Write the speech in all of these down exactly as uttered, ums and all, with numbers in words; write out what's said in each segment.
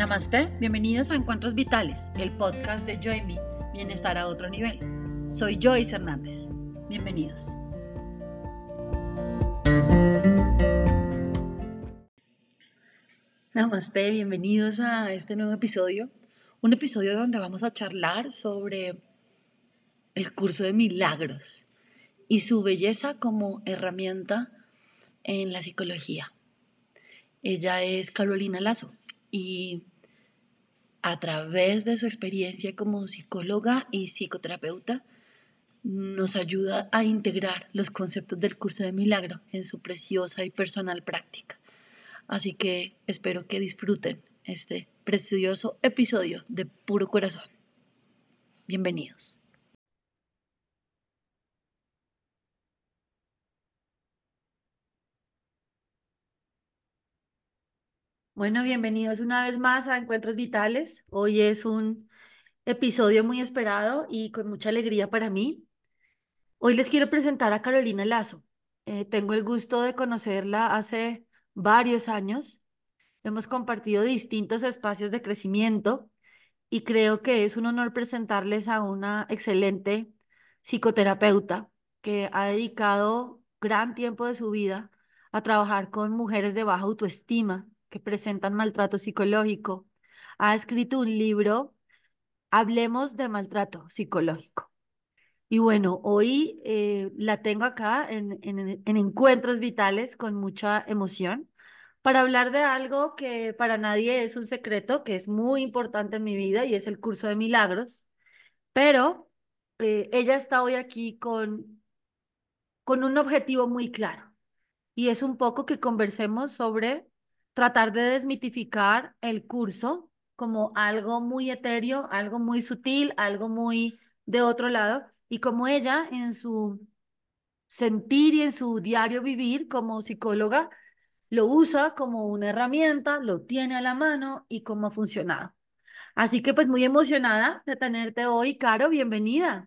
Namaste, bienvenidos a Encuentros Vitales, el podcast de Join Me, Bienestar a otro nivel. Soy Joyce Hernández. Bienvenidos. Namaste, bienvenidos a este nuevo episodio. Un episodio donde vamos a charlar sobre el curso de milagros y su belleza como herramienta en la psicología. Ella es Carolina Lazo y a través de su experiencia como psicóloga y psicoterapeuta nos ayuda a integrar los conceptos del curso de milagro en su preciosa y personal práctica. Así que espero que disfruten este precioso episodio de Puro Corazón. Bienvenidos. Bueno, bienvenidos una vez más a Encuentros Vitales. Hoy es un episodio muy esperado y con mucha alegría para mí. Hoy les quiero presentar a Carolina Lazo. Eh, tengo el gusto de conocerla hace varios años. Hemos compartido distintos espacios de crecimiento y creo que es un honor presentarles a una excelente psicoterapeuta que ha dedicado gran tiempo de su vida a trabajar con mujeres de baja autoestima que presentan maltrato psicológico. Ha escrito un libro, Hablemos de maltrato psicológico. Y bueno, hoy eh, la tengo acá en, en, en Encuentros Vitales con mucha emoción para hablar de algo que para nadie es un secreto, que es muy importante en mi vida y es el curso de milagros. Pero eh, ella está hoy aquí con, con un objetivo muy claro y es un poco que conversemos sobre tratar de desmitificar el curso como algo muy etéreo, algo muy sutil, algo muy de otro lado y como ella en su sentir y en su diario vivir como psicóloga lo usa como una herramienta, lo tiene a la mano y cómo ha funcionado. Así que pues muy emocionada de tenerte hoy, Caro, bienvenida.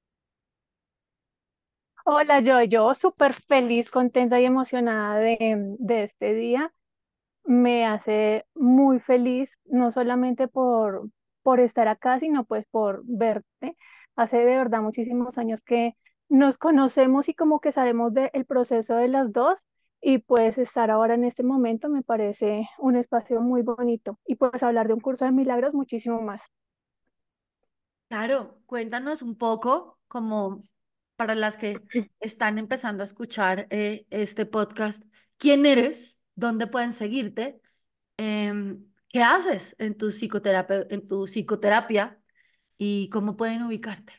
Hola, yo, yo súper feliz, contenta y emocionada de, de este día. Me hace muy feliz, no solamente por, por estar acá, sino pues por verte. Hace de verdad muchísimos años que nos conocemos y como que sabemos del proceso de las dos y pues estar ahora en este momento me parece un espacio muy bonito y pues hablar de un curso de milagros muchísimo más. Claro, cuéntanos un poco, como para las que están empezando a escuchar eh, este podcast, ¿quién eres? ¿Dónde pueden seguirte? Em, ¿qué haces en tu psicoterapia, en tu psicoterapia y cómo pueden ubicarte?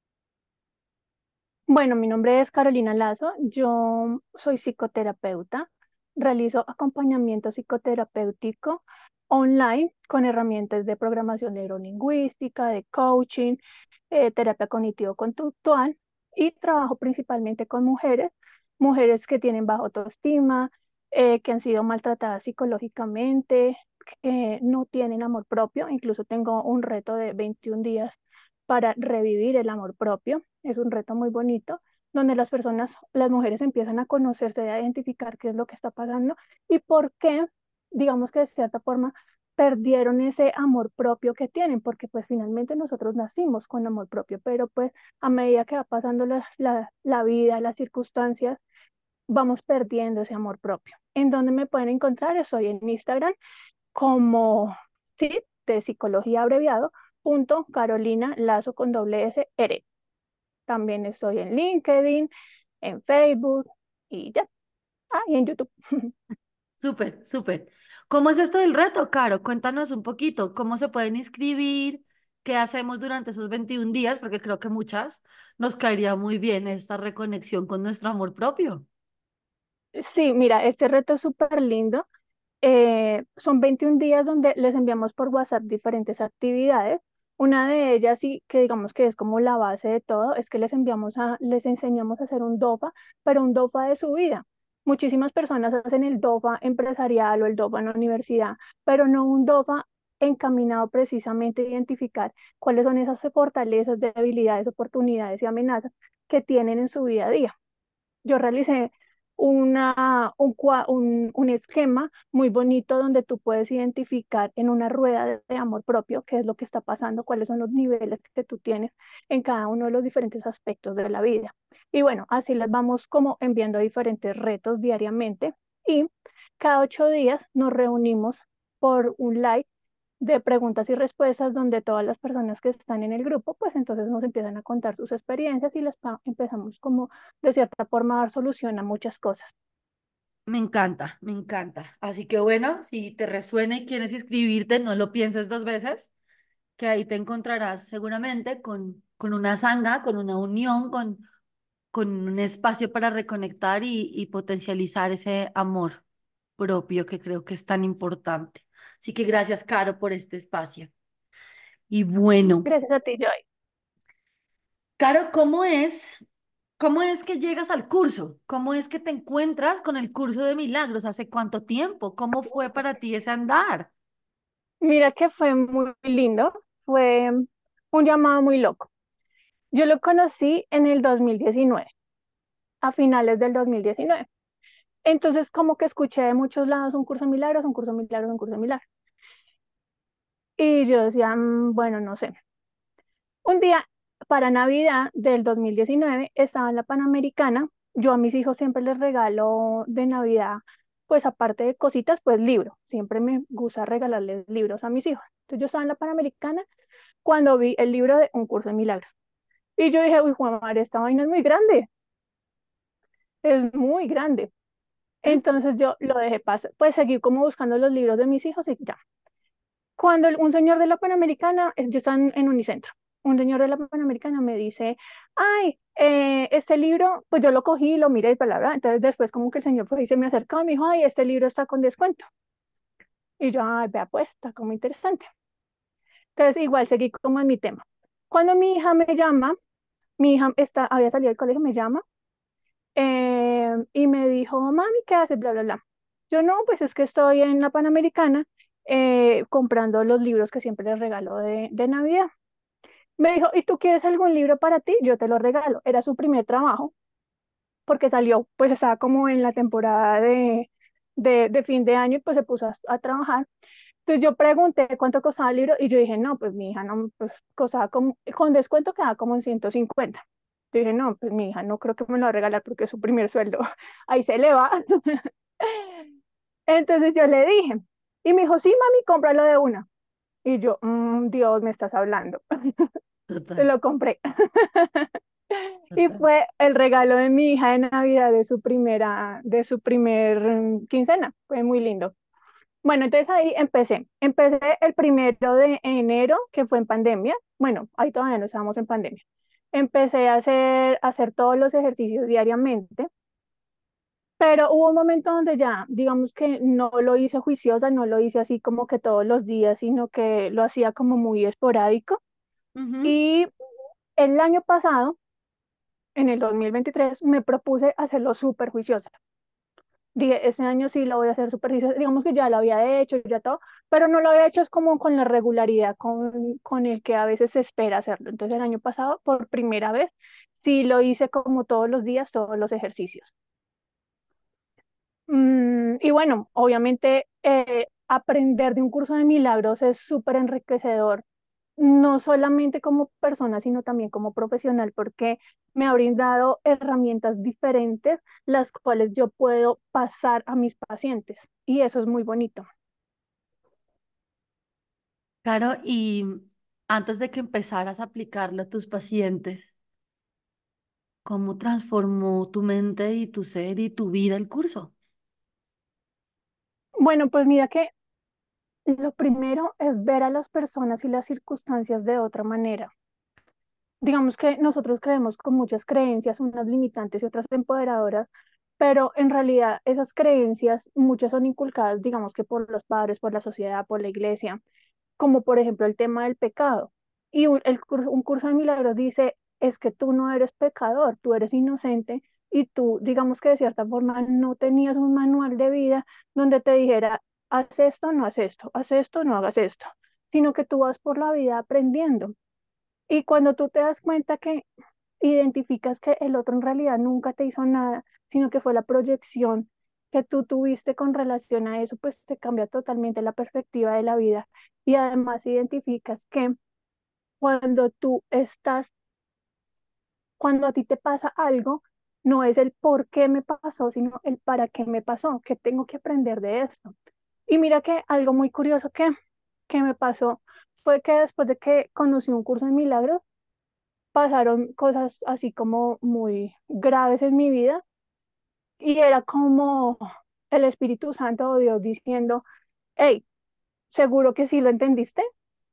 Bueno, mi nombre es Carolina Lazo, yo soy psicoterapeuta, realizo acompañamiento psicoterapéutico online con herramientas de programación neurolingüística, de coaching, eh, terapia cognitivo-conductual y trabajo principalmente con mujeres, mujeres que tienen baja autoestima, eh, que han sido maltratadas psicológicamente, que no tienen amor propio, incluso tengo un reto de veintiún días para revivir el amor propio. Es un reto muy bonito, donde las personas, las mujeres empiezan a conocerse, a identificar qué es lo que está pasando y por qué, digamos que de cierta forma, perdieron ese amor propio que tienen, porque pues finalmente nosotros nacimos con amor propio, pero pues a medida que va pasando la, la, la vida, las circunstancias, vamos perdiendo ese amor propio. ¿En dónde me pueden encontrar? Estoy en Instagram como, sí, de psicología abreviado, punto Carolina Lazo con doble S, R. También estoy en LinkedIn, en Facebook y ya. Ah, y en YouTube. Súper, súper. ¿Cómo es esto del reto, Caro? Cuéntanos un poquito, ¿cómo se pueden inscribir? ¿Qué hacemos durante esos veintiún días? Porque creo que muchas nos caería muy bien esta reconexión con nuestro amor propio. Sí, mira, este reto es súper lindo. Eh, son veintiún días donde les enviamos por WhatsApp diferentes actividades. Una de ellas, sí, que digamos que es como la base de todo, es que les enviamos a, les enseñamos a hacer un DOFA, pero un DOFA de su vida. Muchísimas personas hacen el DOFA empresarial o el DOFA en la universidad, pero no un DOFA encaminado precisamente a identificar cuáles son esas fortalezas, debilidades, oportunidades y amenazas que tienen en su día a día. Yo realicé una, un, cua- un, un esquema muy bonito donde tú puedes identificar en una rueda de, de amor propio qué es lo que está pasando, cuáles son los niveles que tú tienes en cada uno de los diferentes aspectos de la vida. Y bueno, así les vamos como enviando diferentes retos diariamente y cada ocho días nos reunimos por un live de preguntas y respuestas donde todas las personas que están en el grupo, pues entonces nos empiezan a contar sus experiencias y les pa- empezamos como de cierta forma a dar solución a muchas cosas. Me encanta, me encanta. Así que bueno, si te resuena y quieres inscribirte, no lo pienses dos veces, que ahí te encontrarás seguramente con, con una sanga, con una unión, con, con un espacio para reconectar y, y potencializar ese amor propio que creo que es tan importante. Así que gracias, Caro, por este espacio. Y bueno, Gracias a ti, Joy. Caro, ¿cómo es? ¿Cómo es que llegas al curso? ¿Cómo es que te encuentras con el curso de milagros? ¿Hace cuánto tiempo? ¿Cómo fue para ti ese andar? Mira que fue muy lindo, fue un llamado muy loco. Yo lo conocí en el dos mil diecinueve, a finales del dos mil diecinueve. Entonces como que escuché de muchos lados un curso de milagros, un curso de milagros, un curso de milagros. Y yo decía, "Mm, bueno, no sé". Un día para Navidad del dos mil diecinueve estaba en la Panamericana. Yo a mis hijos siempre les regalo de Navidad, pues aparte de cositas, pues libros. Siempre me gusta regalarles libros a mis hijos. Entonces yo estaba en la Panamericana cuando vi el libro de Un Curso de Milagros. Y yo dije, uy, Juan María, esta vaina es muy grande, es muy grande. Es- Entonces yo lo dejé pasar, pues seguí como buscando los libros de mis hijos y ya. Cuando el- un señor de la Panamericana, eh, yo estaba en, en Unicentro, un señor de la Panamericana me dice, ay, eh, este libro, pues yo lo cogí, lo miré y bla, bla, bla. Entonces después como que el señor fue y se me acercó y me dijo, ay, este libro está con descuento. Y yo, ay, vea pues, está como interesante. Entonces igual seguí como en mi tema. Cuando mi hija me llama, mi hija está, había salido del colegio, me llama eh, y me dijo, mami, ¿qué haces? Bla, bla, bla. Yo no, pues es que estoy en la Panamericana eh, comprando los libros que siempre les regalo de, de Navidad. Me dijo, ¿y tú quieres algún libro para ti? Yo te lo regalo. Era su primer trabajo porque salió, pues estaba como en la temporada de, de, de fin de año y pues se puso a, a trabajar. Entonces yo pregunté cuánto costaba el libro y yo dije, no, pues mi hija no, pues costaba como, con descuento quedaba como en ciento cincuenta. Yo dije, no, pues mi hija no creo que me lo va a regalar porque es su primer sueldo. Ahí se le va. Entonces yo le dije, y me dijo, sí, mami, cómpralo de una. Y yo, "Mm, Dios, me estás hablando". Se Total, lo compré. Y total. fue el regalo de mi hija de Navidad de su primera, de su primer mm, quincena. Fue muy lindo. Bueno, entonces ahí empecé. Empecé el primero de enero, que fue en pandemia. Bueno, ahí todavía no estábamos en pandemia. Empecé a hacer, a hacer todos los ejercicios diariamente, pero hubo un momento donde ya, digamos que no lo hice juiciosa, no lo hice así como que todos los días, sino que lo hacía como muy esporádico. Ujú. Y el año pasado, en el dos mil veintitrés, me propuse hacerlo súper juiciosa. Dije, este año sí lo voy a hacer súper juiciosa. Digamos que ya lo había hecho, ya todo, pero no lo había hecho es como con la regularidad con, con el que a veces se espera hacerlo. Entonces el año pasado, por primera vez, sí lo hice como todos los días, todos los ejercicios. Mm, y bueno, obviamente eh, aprender de un curso de milagros es súper enriquecedor, no solamente como persona, sino también como profesional, porque me ha brindado herramientas diferentes, las cuales yo puedo pasar a mis pacientes. Y eso es muy bonito. Claro, y antes de que empezaras a aplicarlo a tus pacientes, ¿cómo transformó tu mente y tu ser y tu vida el curso? Bueno, pues mira que lo primero es ver a las personas y las circunstancias de otra manera. Digamos que nosotros creemos con muchas creencias, unas limitantes y otras empoderadoras, pero en realidad esas creencias muchas son inculcadas, digamos que por los padres, por la sociedad, por la iglesia, como por ejemplo el tema del pecado. Y un, el, cur- un curso de milagros dice, es que tú no eres pecador, tú eres inocente y tú, digamos que de cierta forma no tenías un manual de vida donde te dijera, haz esto, no haz esto, haz esto, no hagas esto, sino que tú vas por la vida aprendiendo. Y cuando tú te das cuenta que identificas que el otro en realidad nunca te hizo nada, sino que fue la proyección que tú tuviste con relación a eso, pues te cambia totalmente la perspectiva de la vida. Y además identificas que cuando tú estás, cuando a ti te pasa algo, no es el por qué me pasó, sino el para qué me pasó, qué tengo que aprender de esto. Y mira que algo muy curioso que, que me pasó fue que después de que conocí un curso de milagros, pasaron cosas así como muy graves en mi vida y era como el Espíritu Santo o Dios diciendo, hey, ¿seguro que sí lo entendiste?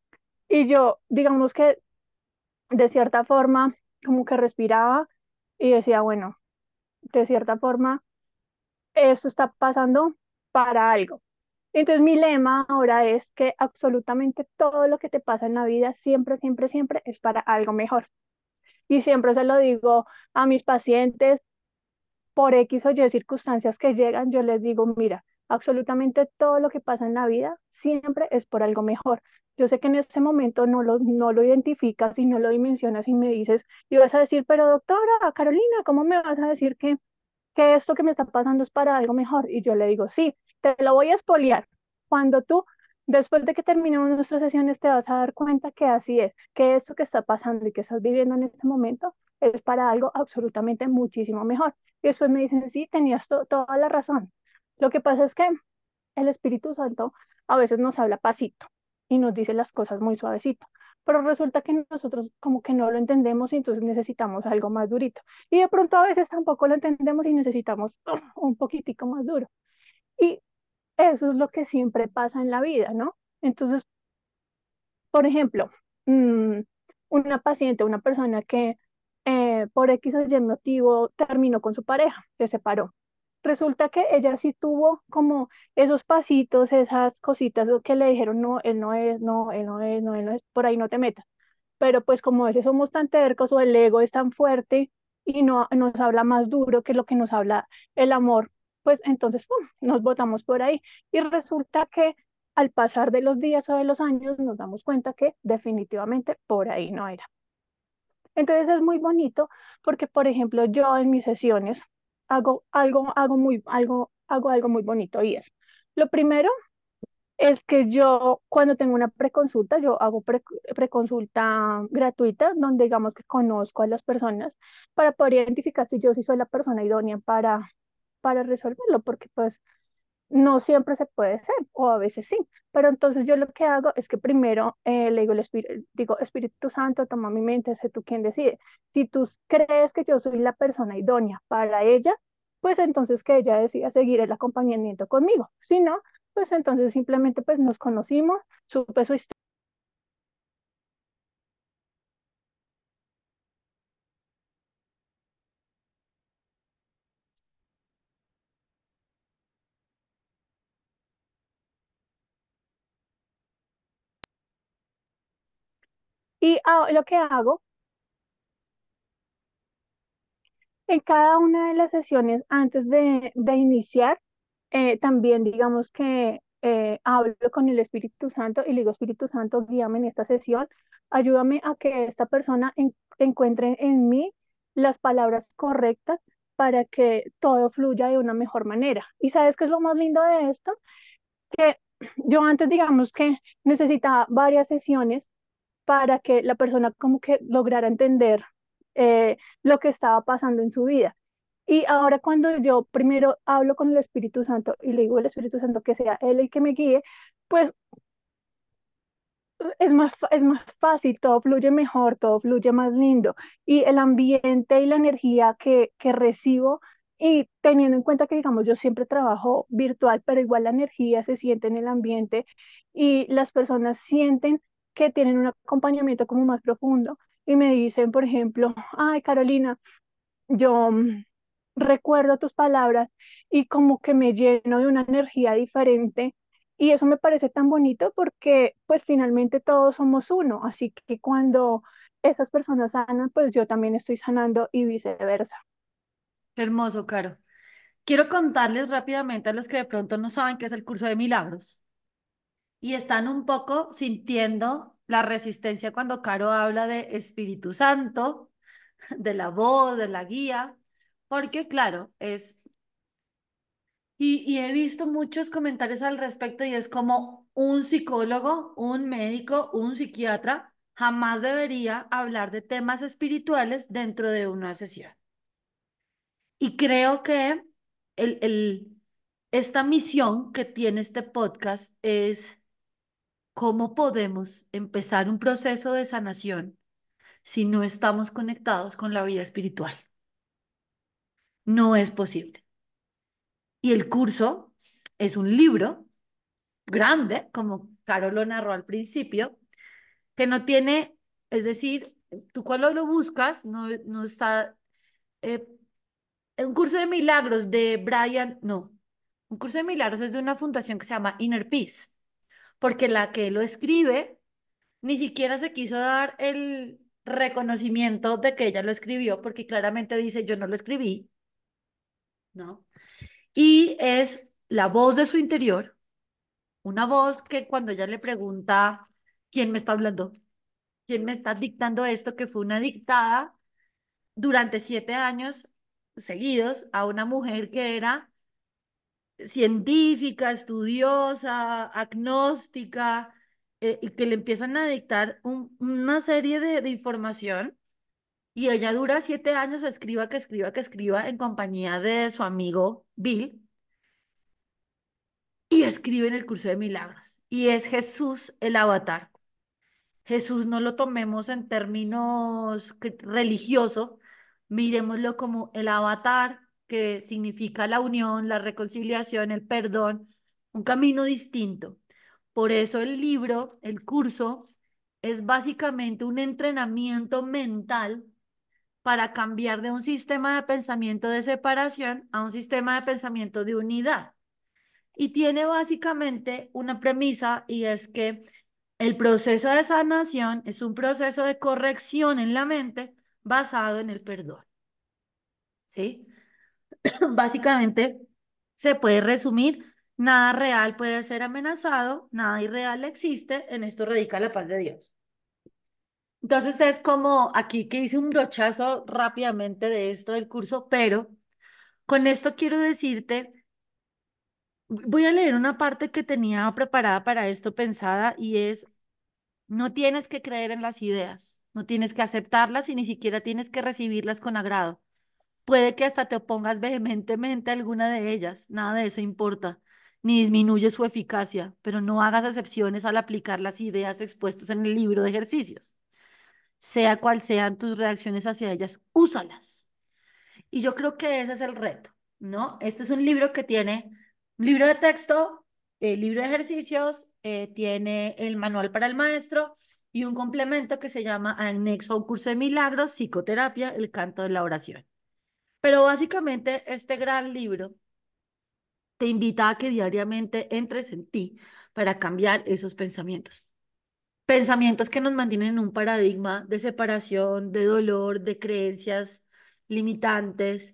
Y yo, digamos que de cierta forma, como que respiraba y decía, bueno, de cierta forma, esto está pasando para algo. Entonces mi lema ahora es que absolutamente todo lo que te pasa en la vida siempre, siempre, siempre es para algo mejor. Y siempre se lo digo a mis pacientes, por X o Y circunstancias que llegan, yo les digo, mira, absolutamente todo lo que pasa en la vida siempre es por algo mejor. Yo sé que en este momento no lo, no lo identificas y no lo dimensionas y me dices, y vas a decir, pero doctora Carolina, ¿cómo me vas a decir que que esto que me está pasando es para algo mejor? Y yo le digo, sí, te lo voy a espoliar. Cuando tú, después de que terminemos nuestras sesiones, te vas a dar cuenta que así es, que esto que está pasando y que estás viviendo en este momento es para algo absolutamente muchísimo mejor. Y después me dicen, sí, tenías to toda la razón. Lo que pasa es que el Espíritu Santo a veces nos habla pasito y nos dice las cosas muy suavecito, pero resulta que nosotros como que no lo entendemos y entonces necesitamos algo más durito. Y de pronto a veces tampoco lo entendemos y necesitamos un poquitico más duro. Y eso es lo que siempre pasa en la vida, ¿no? Entonces, por ejemplo, mmm, una paciente, una persona que eh, por X o Y motivo terminó con su pareja, se separó. Resulta que ella sí tuvo como esos pasitos, esas cositas lo que le dijeron, no, él no es, no, él no es, no, él no es, por ahí no te metas. Pero pues como a veces somos tan tercos o el ego es tan fuerte y no nos habla más duro que lo que nos habla el amor, pues entonces ¡pum!, nos botamos por ahí. Y resulta que al pasar de los días o de los años nos damos cuenta que definitivamente por ahí no era. Entonces es muy bonito porque, por ejemplo, yo en mis sesiones hago algo, hago muy, algo, hago algo muy bonito y es, lo primero es que yo cuando tengo una preconsulta, yo hago pre- preconsulta gratuita donde digamos que conozco a las personas para poder identificar si yo sí soy la persona idónea para, para resolverlo, porque pues no siempre se puede ser, o a veces sí. Pero entonces yo lo que hago es que primero eh, le digo, el espíritu, digo, Espíritu Santo, toma mi mente, sé tú quien decide. Si tú crees que yo soy la persona idónea para ella, pues entonces que ella decida seguir el acompañamiento conmigo. Si no, pues entonces simplemente pues nos conocimos, supe su historia. Y ah, lo que hago en cada una de las sesiones antes de, de iniciar, eh, también digamos que eh, hablo con el Espíritu Santo y le digo, Espíritu Santo, guíame en esta sesión, ayúdame a que esta persona en- encuentre en mí las palabras correctas para que todo fluya de una mejor manera. ¿Y sabes qué es lo más lindo de esto? Que yo antes digamos que necesitaba varias sesiones para que la persona como que lograra entender eh, lo que estaba pasando en su vida. Y ahora cuando yo primero hablo con el Espíritu Santo y le digo al Espíritu Santo que sea Él el que me guíe, pues es más, fa- es más fácil, todo fluye mejor, todo fluye más lindo. Y el ambiente y la energía que, que recibo, y teniendo en cuenta que, digamos, yo siempre trabajo virtual, pero igual la energía se siente en el ambiente y las personas sienten que tienen un acompañamiento como más profundo. Y me dicen, por ejemplo, ay, Carolina, yo mm, recuerdo tus palabras y como que me lleno de una energía diferente y eso me parece tan bonito porque pues finalmente todos somos uno, así que cuando esas personas sanan, pues yo también estoy sanando y viceversa. Qué hermoso, Caro. Quiero contarles rápidamente a los que de pronto no saben qué es el curso de milagros y están un poco sintiendo la resistencia cuando Caro habla de Espíritu Santo, de la voz, de la guía, porque claro, es, y, y he visto muchos comentarios al respecto y es como un psicólogo, un médico, un psiquiatra jamás debería hablar de temas espirituales dentro de una sesión. Y creo que el, el, esta misión que tiene este podcast es cómo podemos empezar un proceso de sanación si no estamos conectados con la vida espiritual. No es posible. Y el curso es un libro grande, como Caro lo narró al principio, que no tiene, es decir, tú cuando lo buscas, no, no está, eh, un curso de milagros de Brian, no, un curso de milagros es de una fundación que se llama Inner Peace, porque la que lo escribe ni siquiera se quiso dar el reconocimiento de que ella lo escribió, porque claramente dice, yo no lo escribí, ¿no? Y es la voz de su interior, una voz que cuando ella le pregunta, ¿quién me está hablando? ¿Quién me está dictando esto? Que fue una dictada durante siete años seguidos a una mujer que era científica, estudiosa, agnóstica, eh, y que le empiezan a dictar un- una serie de, de información y ella dura siete años, escriba que escriba que escriba en compañía de su amigo Bill y escribe en el curso de milagros. Y es Jesús el avatar. Jesús no lo tomemos en términos religiosos, miremoslo como el avatar, que significa la unión, la reconciliación, el perdón, un camino distinto. Por eso el libro, el curso, es básicamente un entrenamiento mental para cambiar de un sistema de pensamiento de separación a un sistema de pensamiento de unidad. Y tiene básicamente una premisa y es que el proceso de sanación es un proceso de corrección en la mente basado en el perdón, ¿sí? Básicamente se puede resumir, nada real puede ser amenazado, nada irreal existe, en esto radica la paz de Dios. Entonces es como aquí que hice un brochazo rápidamente de esto del curso, pero con esto quiero decirte, voy a leer una parte que tenía preparada para esto pensada y es, no tienes que creer en las ideas, no tienes que aceptarlas y ni siquiera tienes que recibirlas con agrado. Puede que hasta te opongas vehementemente a alguna de ellas, nada de eso importa, ni disminuye su eficacia, pero no hagas excepciones al aplicar las ideas expuestas en el libro de ejercicios. Sea cual sean tus reacciones hacia ellas, úsalas. Y yo creo que ese es el reto, ¿no? Este es un libro que tiene un libro de texto, el libro de ejercicios, eh, tiene el manual para el maestro y un complemento que se llama Anexo a un curso de milagros, psicoterapia, el canto de la oración. Pero básicamente este gran libro te invita a que diariamente entres en ti para cambiar esos pensamientos. Pensamientos que nos mantienen en un paradigma de separación, de dolor, de creencias limitantes.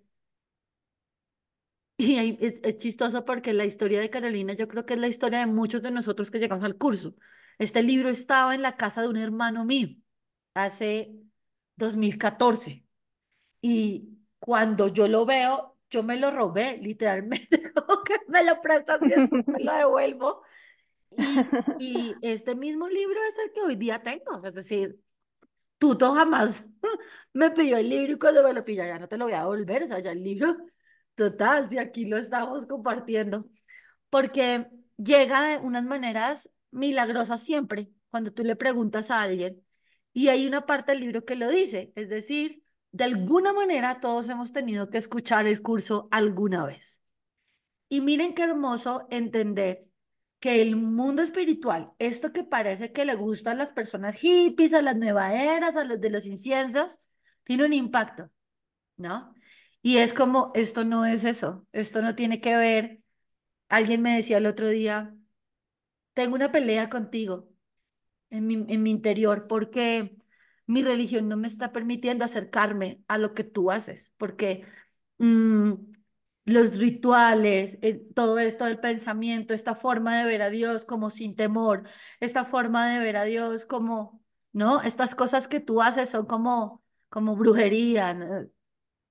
Y ahí es, es chistoso porque la historia de Carolina yo creo que es la historia de muchos de nosotros que llegamos al curso. Este libro estaba en la casa de un hermano mío hace dos mil catorce y cuando yo lo veo, yo me lo robé, literalmente, como que me lo prestas y después me lo devuelvo. Y, y este mismo libro es el que hoy día tengo, es decir, Tuto jamás me pidió el libro y cuando me lo pilla ya no te lo voy a devolver, o sea, ya el libro, total, si aquí lo estamos compartiendo, porque llega de unas maneras milagrosas siempre, cuando tú le preguntas a alguien, y hay una parte del libro que lo dice, es decir, de alguna manera todos hemos tenido que escuchar el curso alguna vez. Y miren qué hermoso entender que el mundo espiritual, esto que parece que le gusta a las personas hippies, a las nuevas eras, a los de los inciensos, tiene un impacto, ¿no? Y es como, esto no es eso, esto no tiene que ver. Alguien me decía el otro día, tengo una pelea contigo en mi, en mi interior porque mi religión no me está permitiendo acercarme a lo que tú haces, porque mm, los rituales, eh, todo esto del pensamiento, esta forma de ver a Dios como sin temor, esta forma de ver a Dios como, ¿no? Estas cosas que tú haces son como, como brujería, ¿no?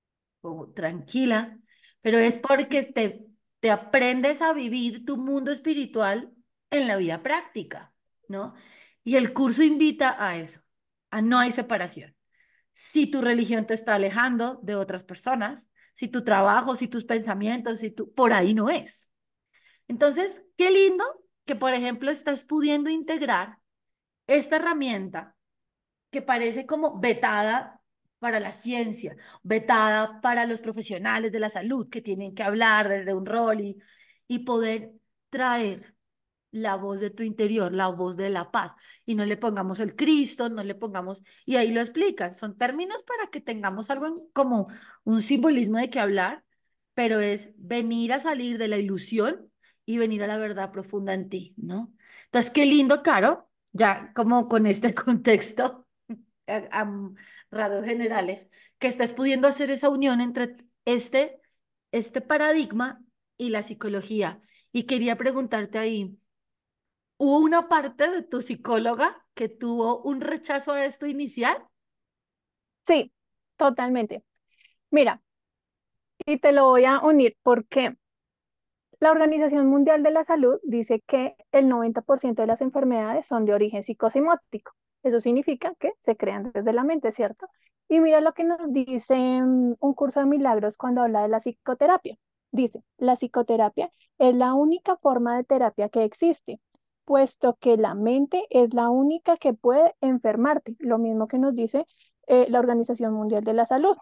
como tranquila, pero es porque te, te aprendes a vivir tu mundo espiritual en la vida práctica, ¿no? Y el curso invita a eso, a no hay separación. Si tu religión te está alejando de otras personas, si tu trabajo, si tus pensamientos, si tu, por ahí no es. Entonces, qué lindo que, por ejemplo, estás pudiendo integrar esta herramienta que parece como vetada para la ciencia, vetada para los profesionales de la salud que tienen que hablar desde un rol y, y poder traer la voz de tu interior, la voz de la paz, y no le pongamos el Cristo, no le pongamos, y ahí lo explican, son términos para que tengamos algo en, como un simbolismo de qué hablar, pero es venir a salir de la ilusión y venir a la verdad profunda en ti, ¿no? Entonces, qué lindo, Caro, ya como con este contexto a, a rasgos generales, que estés pudiendo hacer esa unión entre este, este paradigma y la psicología. Y quería preguntarte ahí, ¿hubo una parte de tu psicóloga que tuvo un rechazo a esto inicial? Sí, totalmente. Mira, y te lo voy a unir porque la Organización Mundial de la Salud dice que el noventa por ciento de las enfermedades son de origen psicosomótico. Eso significa que se crean desde la mente, ¿cierto? Y mira lo que nos dice mm, un curso de milagros cuando habla de la psicoterapia. Dice, la psicoterapia es la única forma de terapia que existe, puesto que la mente es la única que puede enfermarte, lo mismo que nos dice eh, la Organización Mundial de la Salud.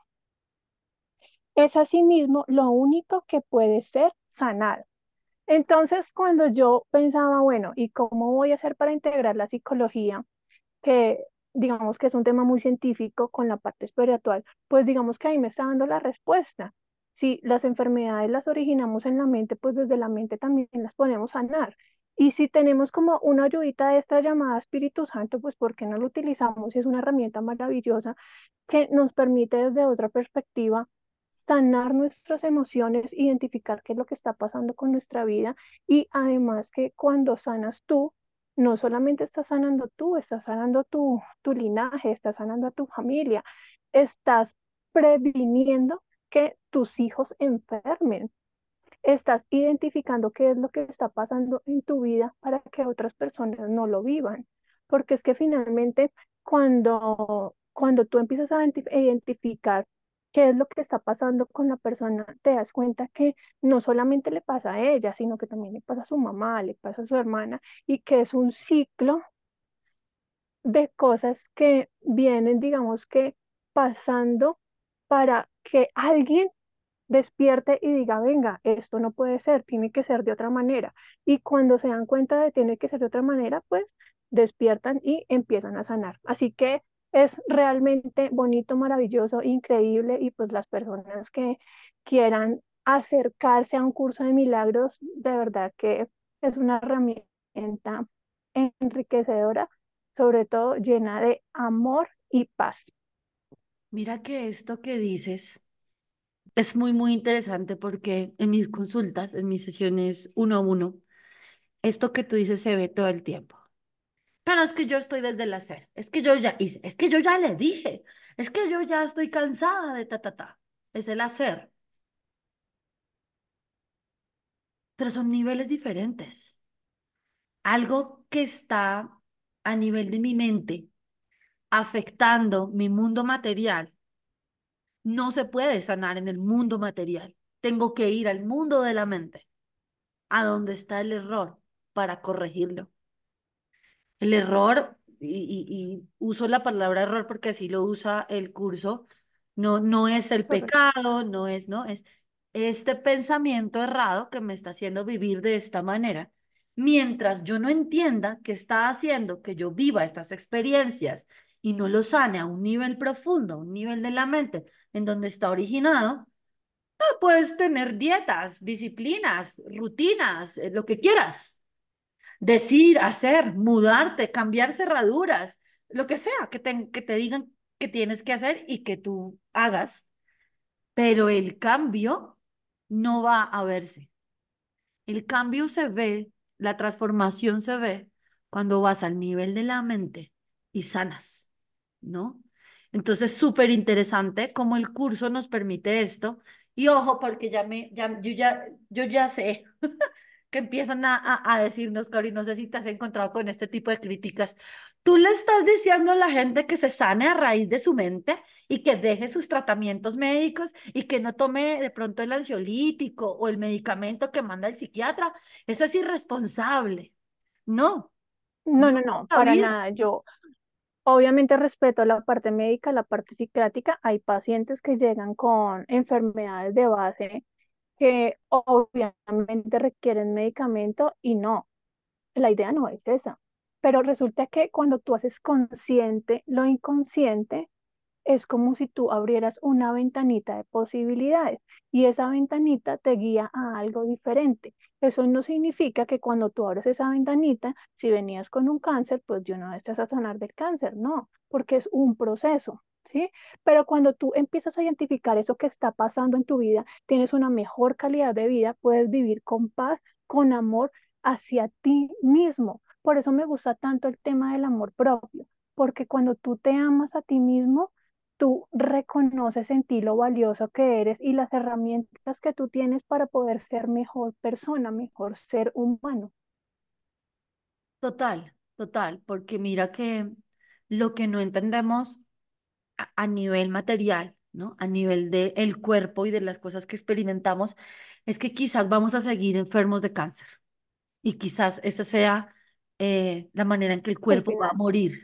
Es asimismo lo único que puede ser sanado. Entonces, cuando yo pensaba, bueno, ¿y cómo voy a hacer para integrar la psicología, que digamos que es un tema muy científico con la parte espiritual? Pues digamos que ahí me está dando la respuesta. Si las enfermedades las originamos en la mente, pues desde la mente también las podemos sanar. Y si tenemos como una ayudita extra llamada Espíritu Santo, pues ¿por qué no lo utilizamos? Es una herramienta maravillosa que nos permite desde otra perspectiva sanar nuestras emociones, identificar qué es lo que está pasando con nuestra vida y además que cuando sanas tú, no solamente estás sanando tú, estás sanando tu, tu linaje, estás sanando a tu familia, estás previniendo que tus hijos enfermen, estás identificando qué es lo que está pasando en tu vida para que otras personas no lo vivan. Porque es que finalmente cuando, cuando tú empiezas a identi- a identificar qué es lo que está pasando con la persona, te das cuenta que no solamente le pasa a ella, sino que también le pasa a su mamá, le pasa a su hermana, y que es un ciclo de cosas que vienen, digamos que pasando para que alguien despierte y diga, venga, esto no puede ser, tiene que ser de otra manera. Y cuando se dan cuenta de tiene que ser de otra manera, pues despiertan y empiezan a sanar. Así que es realmente bonito, maravilloso, increíble y pues las personas que quieran acercarse a un curso de milagros, de verdad que es una herramienta enriquecedora, sobre todo llena de amor y paz. Mira que esto que dices es muy, muy interesante porque en mis consultas, en mis sesiones uno a uno, esto que tú dices se ve todo el tiempo. Pero es que yo estoy desde el hacer, es que yo ya hice, es que yo ya le dije, es que yo ya estoy cansada de ta, ta, ta. Es el hacer, pero son niveles diferentes. Algo que está a nivel de mi mente, afectando mi mundo material, no se puede sanar en el mundo material. Tengo que ir al mundo de la mente, a donde está el error, para corregirlo. El error, y, y- y uso la palabra error porque así lo usa el curso, no, no es el Correcto. pecado, no es, ¿no? Es este pensamiento errado que me está haciendo vivir de esta manera. Mientras yo no entienda qué está haciendo que yo viva estas experiencias y no lo sane a un nivel profundo, a un nivel de la mente, en donde está originado, no puedes tener dietas, disciplinas, rutinas, eh, lo que quieras. Decir, hacer, mudarte, cambiar cerraduras, lo que sea que te, que te digan que tienes que hacer y que tú hagas, pero el cambio no va a verse. El cambio se ve, la transformación se ve cuando vas al nivel de la mente y sanas, ¿no? Entonces, súper interesante cómo el curso nos permite esto. Y ojo, porque ya me, ya, yo ya, yo ya sé que empiezan a, a, a decirnos, Cori, no sé si te has encontrado con este tipo de críticas. Tú le estás diciendo a la gente que se sane a raíz de su mente y que deje sus tratamientos médicos y que no tome de pronto el ansiolítico o el medicamento que manda el psiquiatra. Eso es irresponsable. No, No, no, no, no, la para vida. nada. Yo obviamente respeto la parte médica, la parte psiquiátrica. Hay pacientes que llegan con enfermedades de base que obviamente requieren medicamento y no, la idea no es esa. Pero resulta que cuando tú haces consciente lo inconsciente, es como si tú abrieras una ventanita de posibilidades y esa ventanita te guía a algo diferente. Eso no significa que cuando tú abres esa ventanita, si venías con un cáncer, pues yo no estás a sanar del cáncer, no, porque es un proceso. ¿Sí? Pero cuando tú empiezas a identificar eso que está pasando en tu vida, tienes una mejor calidad de vida, puedes vivir con paz, con amor hacia ti mismo. Por eso me gusta tanto el tema del amor propio, porque cuando tú te amas a ti mismo, tú reconoces en ti lo valioso que eres y las herramientas que tú tienes para poder ser mejor persona, mejor ser humano. Total, total, porque mira que lo que no entendemos a, a nivel material, ¿no? A nivel del cuerpo y de las cosas que experimentamos, es que quizás vamos a seguir enfermos de cáncer y quizás esa sea eh, la manera en que el El cuerpo va a final. morir.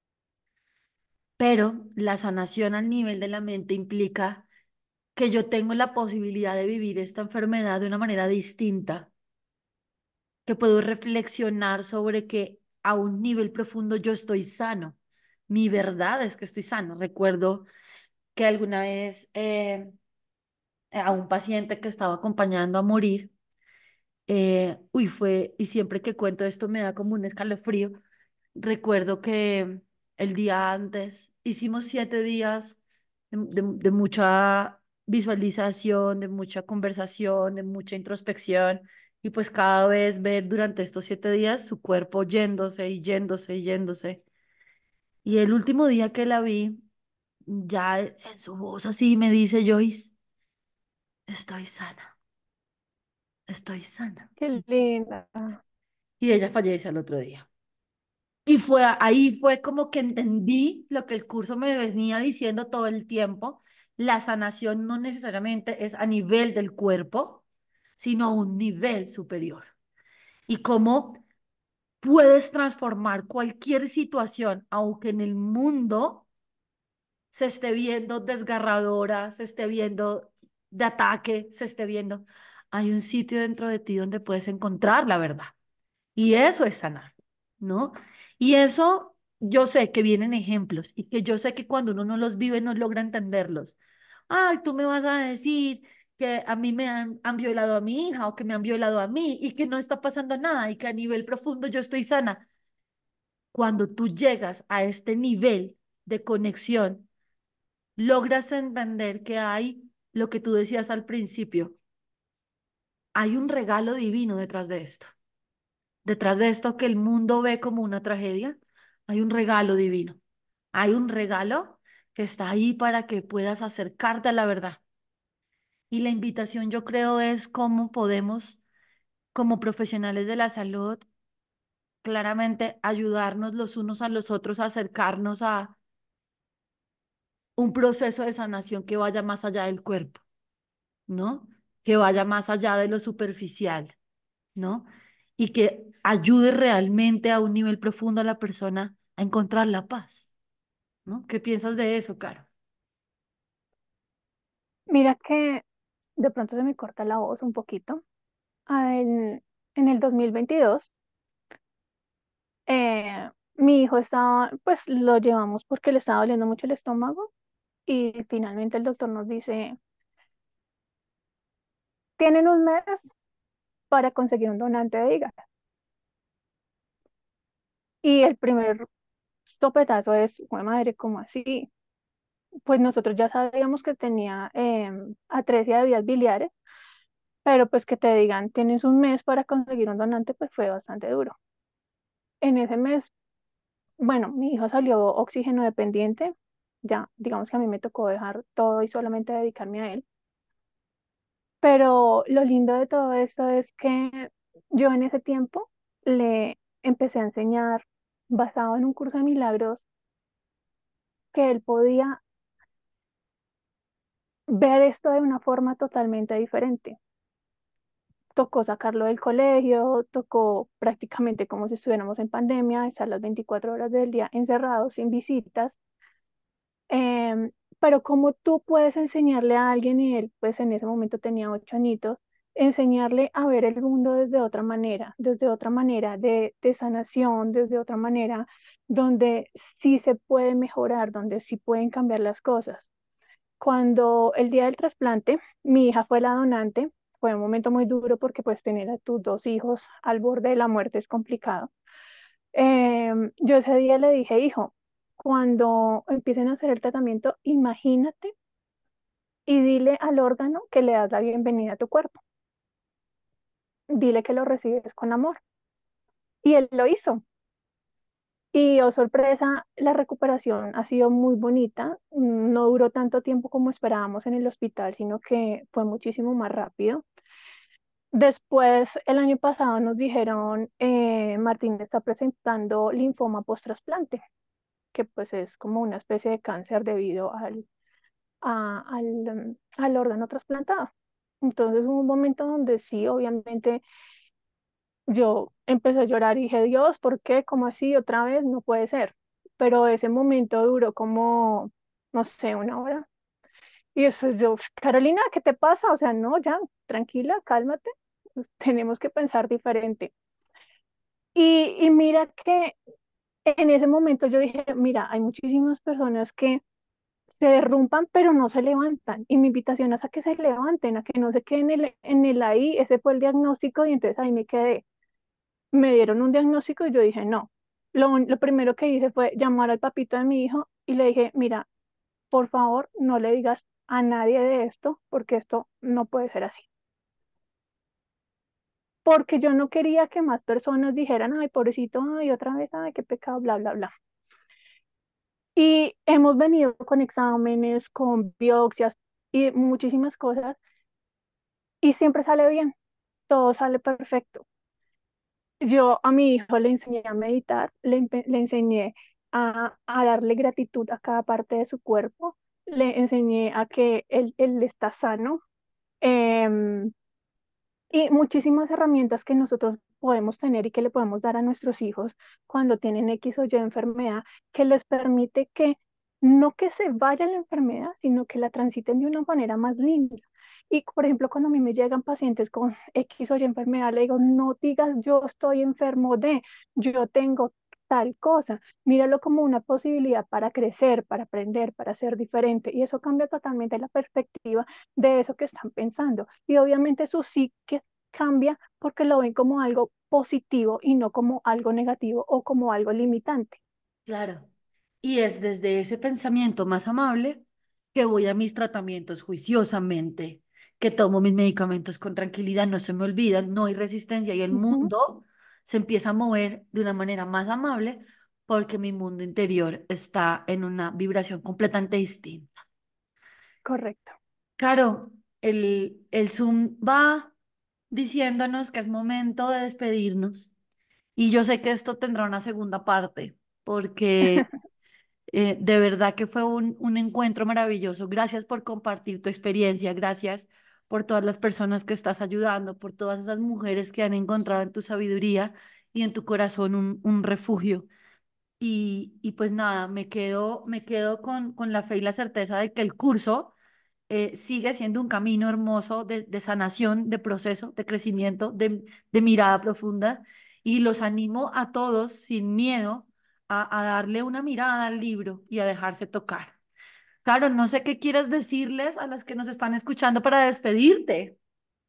Pero la sanación al nivel de la mente implica que yo tengo la posibilidad de vivir esta enfermedad de una manera distinta, que puedo reflexionar sobre que a un nivel profundo yo estoy sano. Mi verdad es que estoy sano. Recuerdo que alguna vez eh, a un paciente que estaba acompañando a morir, eh, uy, fue, y siempre que cuento esto me da como un escalofrío. Recuerdo que el día antes hicimos siete días de, de- de mucha visualización, de mucha conversación, de mucha introspección, y pues cada vez ver durante estos siete días su cuerpo yéndose y yéndose y yéndose. Y el último día que la vi, ya en su voz así me dice, Joyce, estoy sana, estoy sana. Qué linda. Y ella fallece al otro día. Y fue ahí fue como que entendí lo que el curso me venía diciendo todo el tiempo. La sanación no necesariamente es a nivel del cuerpo, sino a un nivel superior. Y cómo puedes transformar cualquier situación, aunque en el mundo se esté viendo desgarradora, se esté viendo de ataque, se esté viendo, hay un sitio dentro de ti donde puedes encontrar la verdad. Y eso es sanar, ¿no? Y eso yo sé que vienen ejemplos y que yo sé que cuando uno no los vive no logra entenderlos. Ay, tú me vas a decir que a mí me han, han violado a mi hija o que me han violado a mí y que no está pasando nada y que a nivel profundo yo estoy sana. Cuando tú llegas a este nivel de conexión, logras entender que hay lo que tú decías al principio, hay un regalo divino detrás de esto. Detrás de esto que el mundo ve como una tragedia, hay un regalo divino. Hay un regalo que está ahí para que puedas acercarte a la verdad. Y la invitación, yo creo, es cómo podemos, como profesionales de la salud, claramente ayudarnos los unos a los otros a acercarnos a un proceso de sanación que vaya más allá del cuerpo, ¿no? Que vaya más allá de lo superficial, ¿no? Y que ayude realmente a un nivel profundo a la persona a encontrar la paz, ¿no? ¿Qué piensas de eso, Caro? Mira que de pronto se me corta la voz un poquito. Ah, En, en el dos mil veintidós, eh, mi hijo estaba, pues lo llevamos porque le estaba doliendo mucho el estómago y finalmente el doctor nos dice, tienen un mes para conseguir un donante de hígado. Y el primer sopetazo es, "Jue madre, ¿cómo así?". Pues nosotros ya sabíamos que tenía eh, atresia de vías biliares, pero pues que te digan, tienes un mes para conseguir un donante, pues fue bastante duro. En ese mes, bueno, mi hijo salió oxígeno dependiente, Ya, digamos que a mí me tocó dejar todo y solamente dedicarme a él. Pero lo lindo de todo esto es que yo en ese tiempo le empecé a enseñar, basado en un curso de milagros, que él podía ver esto de una forma totalmente diferente. Tocó sacarlo del colegio, tocó prácticamente como si estuviéramos en pandemia, estar las veinticuatro horas del día encerrados, sin visitas. Em, pero como tú puedes enseñarle a alguien, y él pues en ese momento tenía ocho añitos, enseñarle a ver el mundo desde otra manera, desde otra manera de, de sanación, desde otra manera donde sí se puede mejorar, donde sí pueden cambiar las cosas. Cuando el día del trasplante, mi hija fue la donante, fue un momento muy duro porque pues tener a tus dos hijos al borde de la muerte es complicado. Em, yo ese día le dije, hijo, cuando empiecen a hacer el tratamiento, imagínate y dile al órgano que le das la bienvenida a tu cuerpo. Dile que lo recibes con amor. Y él lo hizo. Y oh sorpresa, la recuperación ha sido muy bonita. No duró tanto tiempo como esperábamos en el hospital, sino que fue muchísimo más rápido. Después, el año pasado nos dijeron, eh, Martín está presentando linfoma post-trasplante, que pues es como una especie de cáncer debido al, a- al, mm, al órgano trasplantado. Entonces hubo un momento donde sí, obviamente yo empecé a llorar y dije, Dios, ¿por qué? ¿Cómo así? Otra vez no puede ser. Pero ese momento duró como, no sé, una hora. Y después yo, Carolina, ¿qué te pasa? O sea, no, ya, tranquila, cálmate. Tenemos que pensar diferente. Y, y mira que en ese momento yo dije, mira, hay muchísimas personas que se derrumpan, pero no se levantan. Y mi invitación es a que se levanten, a que no se queden en el, en el ahí. Ese fue el diagnóstico y entonces ahí me quedé. Me dieron un diagnóstico y yo dije, no. Lo, un- lo primero que hice fue llamar al papito de mi hijo y le dije, mira, por favor, no le digas a nadie de esto, porque esto no puede ser así. Porque yo no quería que más personas dijeran, ay, pobrecito, ay, otra vez, ay, qué pecado, bla, bla, bla. Y hemos venido con exámenes, con biopsias y muchísimas cosas y siempre sale bien, todo sale perfecto. Yo a mi hijo le enseñé a meditar, le, empe- le enseñé a, a darle gratitud a cada parte de su cuerpo, le enseñé a que él, él está sano. em, y muchísimas herramientas que nosotros podemos tener y que le podemos dar a nuestros hijos cuando tienen X o Y enfermedad, que les permite que no que se vaya la enfermedad, sino que la transiten de una manera más linda. Y, por ejemplo, cuando a mí me llegan pacientes con X o Y enfermedad, le digo, no digas yo estoy enfermo de, yo tengo tal cosa, míralo como una posibilidad para crecer, para aprender, para ser diferente. Y eso cambia totalmente la perspectiva de eso que están pensando. Y obviamente su psique cambia porque lo ven como algo positivo y no como algo negativo o como algo limitante. Claro. Y es desde ese pensamiento más amable que voy a mis tratamientos juiciosamente, que tomo mis medicamentos con tranquilidad, no se me olvidan, no hay resistencia y el Ujú, mundo se empieza a mover de una manera más amable porque mi mundo interior está en una vibración completamente distinta. correcto. Claro, el, el Zoom va diciéndonos que es momento de despedirnos y yo sé que esto tendrá una segunda parte porque eh, de verdad que fue un, un encuentro maravilloso. Gracias por compartir tu experiencia, gracias por todas las personas que estás ayudando, por todas esas mujeres que han encontrado en tu sabiduría y en tu corazón un, un refugio. Y, y pues nada, me quedo, me quedo con, con la fe y la certeza de que el curso eh, sigue siendo un camino hermoso de, de sanación, de proceso, de crecimiento, de, de mirada profunda. Y los animo a todos sin miedo a, a darle una mirada al libro y a dejarse tocar. Claro, no sé qué quieres decirles a las que nos están escuchando para despedirte.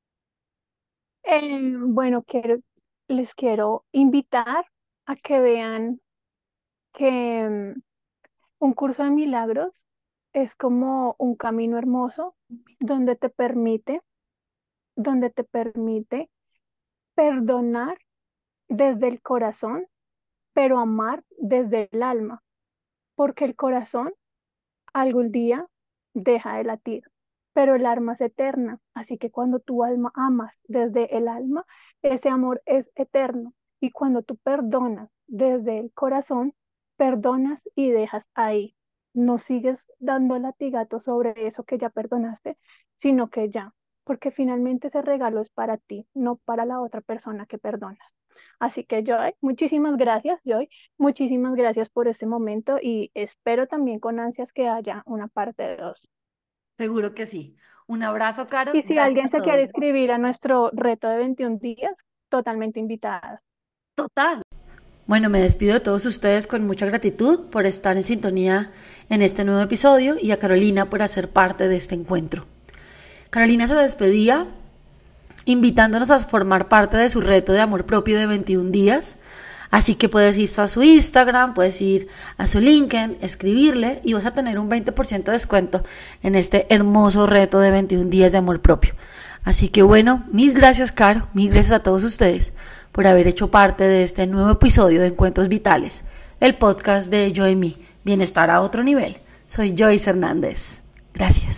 Eh, bueno, quiero, les quiero invitar a que vean que mm, un curso de milagros es como un camino hermoso donde te permite, donde te permite perdonar desde el corazón, pero amar desde el alma, porque el corazón algún día deja de latir, pero el alma es eterna, así que cuando tu alma amas desde el alma, ese amor es eterno. Y cuando tú perdonas desde el corazón, perdonas y dejas ahí. No sigues dando latigazo sobre eso que ya perdonaste, sino que ya, porque finalmente ese regalo es para ti, no para la otra persona que perdonas. Así que Joy, muchísimas gracias, Joy, muchísimas gracias por este momento y espero también con ansias que haya una parte dos. Seguro que sí. Un abrazo, Caro. Y si Gracias alguien a se quiere todos. inscribir a nuestro reto de veintiún días, totalmente invitadas. Total. Bueno, me despido de todos ustedes con mucha gratitud por estar en sintonía en este nuevo episodio y a Carolina por hacer parte de este encuentro. Carolina se despedía invitándonos a formar parte de su reto de amor propio de veintiún días. Así que puedes ir a su Instagram, puedes ir a su LinkedIn, escribirle y vas a tener un veinte por ciento de descuento en este hermoso reto de veintiún días de amor propio. Así que bueno, mil gracias, Caro, mil gracias a todos ustedes por haber hecho parte de este nuevo episodio de Encuentros Vitales, el podcast de Joy Me, Bienestar a otro nivel. Soy Joyce Hernández. Gracias.